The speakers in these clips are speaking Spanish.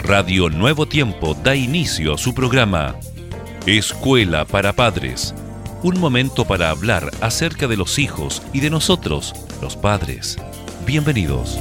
Radio Nuevo Tiempo da inicio a su programa Escuela para Padres. Un momento para hablar acerca de los hijos y de nosotros, los padres. Bienvenidos.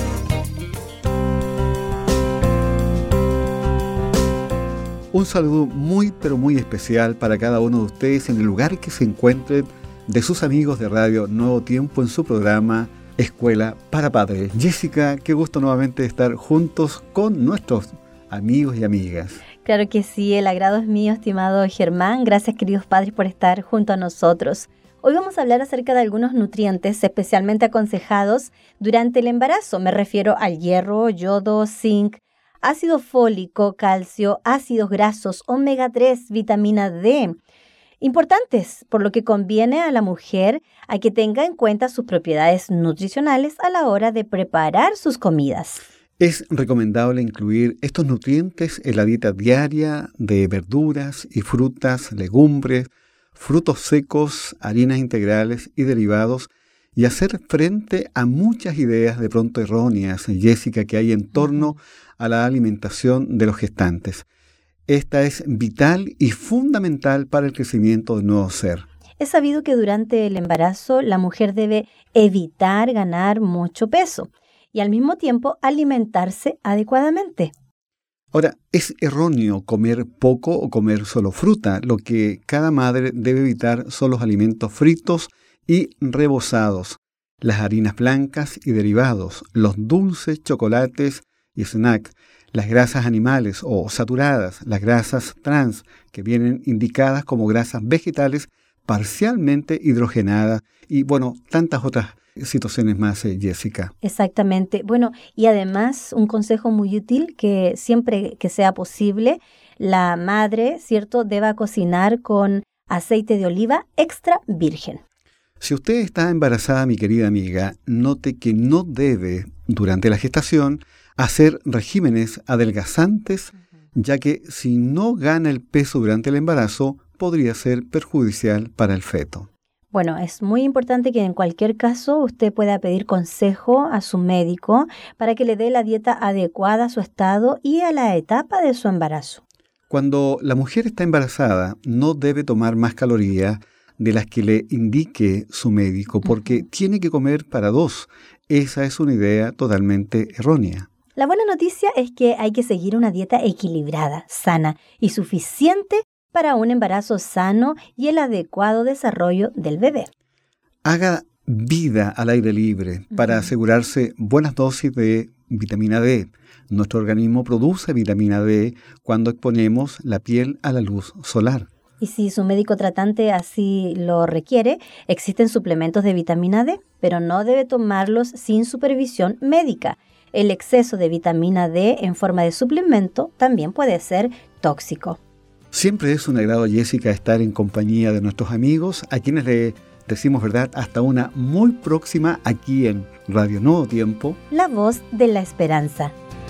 Un saludo muy pero muy especial para cada uno de ustedes en el lugar que se encuentren, de sus amigos de Radio Nuevo Tiempo en su programa Escuela para Padres. Jessica, qué gusto nuevamente estar juntos con nuestros amigos y amigas. Claro que sí, el agrado es mío, estimado Germán. Gracias, queridos padres, por estar junto a nosotros. Hoy vamos a hablar acerca de algunos nutrientes especialmente aconsejados durante el embarazo. Me refiero al hierro, yodo, zinc, ácido fólico, calcio, ácidos grasos, omega 3, vitamina D. Importantes, por lo que conviene a la mujer a que tenga en cuenta sus propiedades nutricionales a la hora de preparar sus comidas. Es recomendable incluir estos nutrientes en la dieta diaria de verduras y frutas, legumbres, frutos secos, harinas integrales y derivados, y hacer frente a muchas ideas de pronto erróneas, Jessica, que hay en torno a la alimentación de los gestantes. Esta es vital y fundamental para el crecimiento del nuevo ser. Es sabido que durante el embarazo la mujer debe evitar ganar mucho peso y al mismo tiempo alimentarse adecuadamente. Ahora, es erróneo comer poco o comer solo fruta. Lo que cada madre debe evitar son los alimentos fritos y rebozados, las harinas blancas y derivados, los dulces, chocolates y snacks, las grasas animales o saturadas, las grasas trans, que vienen indicadas como grasas vegetales parcialmente hidrogenadas y, tantas otras situaciones más, Jessica. Exactamente. Bueno, y además un consejo muy útil, que siempre que sea posible, la madre, ¿cierto?, deba cocinar con aceite de oliva extra virgen. Si usted está embarazada, mi querida amiga, note que no debe, durante la gestación, hacer regímenes adelgazantes, ya que si no gana el peso durante el embarazo, podría ser perjudicial para el feto. Bueno, es muy importante que en cualquier caso usted pueda pedir consejo a su médico para que le dé la dieta adecuada a su estado y a la etapa de su embarazo. Cuando la mujer está embarazada, no debe tomar más calorías de las que le indique su médico, porque tiene que comer para dos. Esa es una idea totalmente errónea. La buena noticia es que hay que seguir una dieta equilibrada, sana y suficiente para un embarazo sano y el adecuado desarrollo del bebé. Haga vida al aire libre para asegurarse buenas dosis de vitamina D. Nuestro organismo produce vitamina D cuando exponemos la piel a la luz solar. Y si su médico tratante así lo requiere, existen suplementos de vitamina D, pero no debe tomarlos sin supervisión médica. El exceso de vitamina D en forma de suplemento también puede ser tóxico. Siempre es un agrado, Jessica, estar en compañía de nuestros amigos, a quienes le decimos, ¿verdad?, hasta una muy próxima aquí en Radio Nuevo Tiempo. La voz de la esperanza.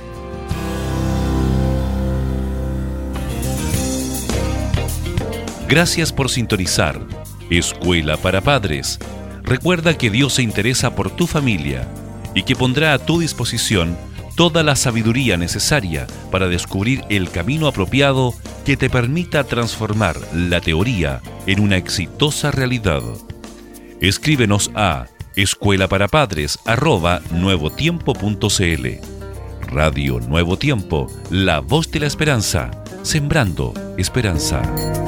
Gracias por sintonizar Escuela para Padres. Recuerda que Dios se interesa por tu familia y que pondrá a tu disposición toda la sabiduría necesaria para descubrir el camino apropiado que te permita transformar la teoría en una exitosa realidad. Escríbenos a escuelaparapadres@nuevotiempo.cl. Radio Nuevo Tiempo, la voz de la esperanza, sembrando esperanza.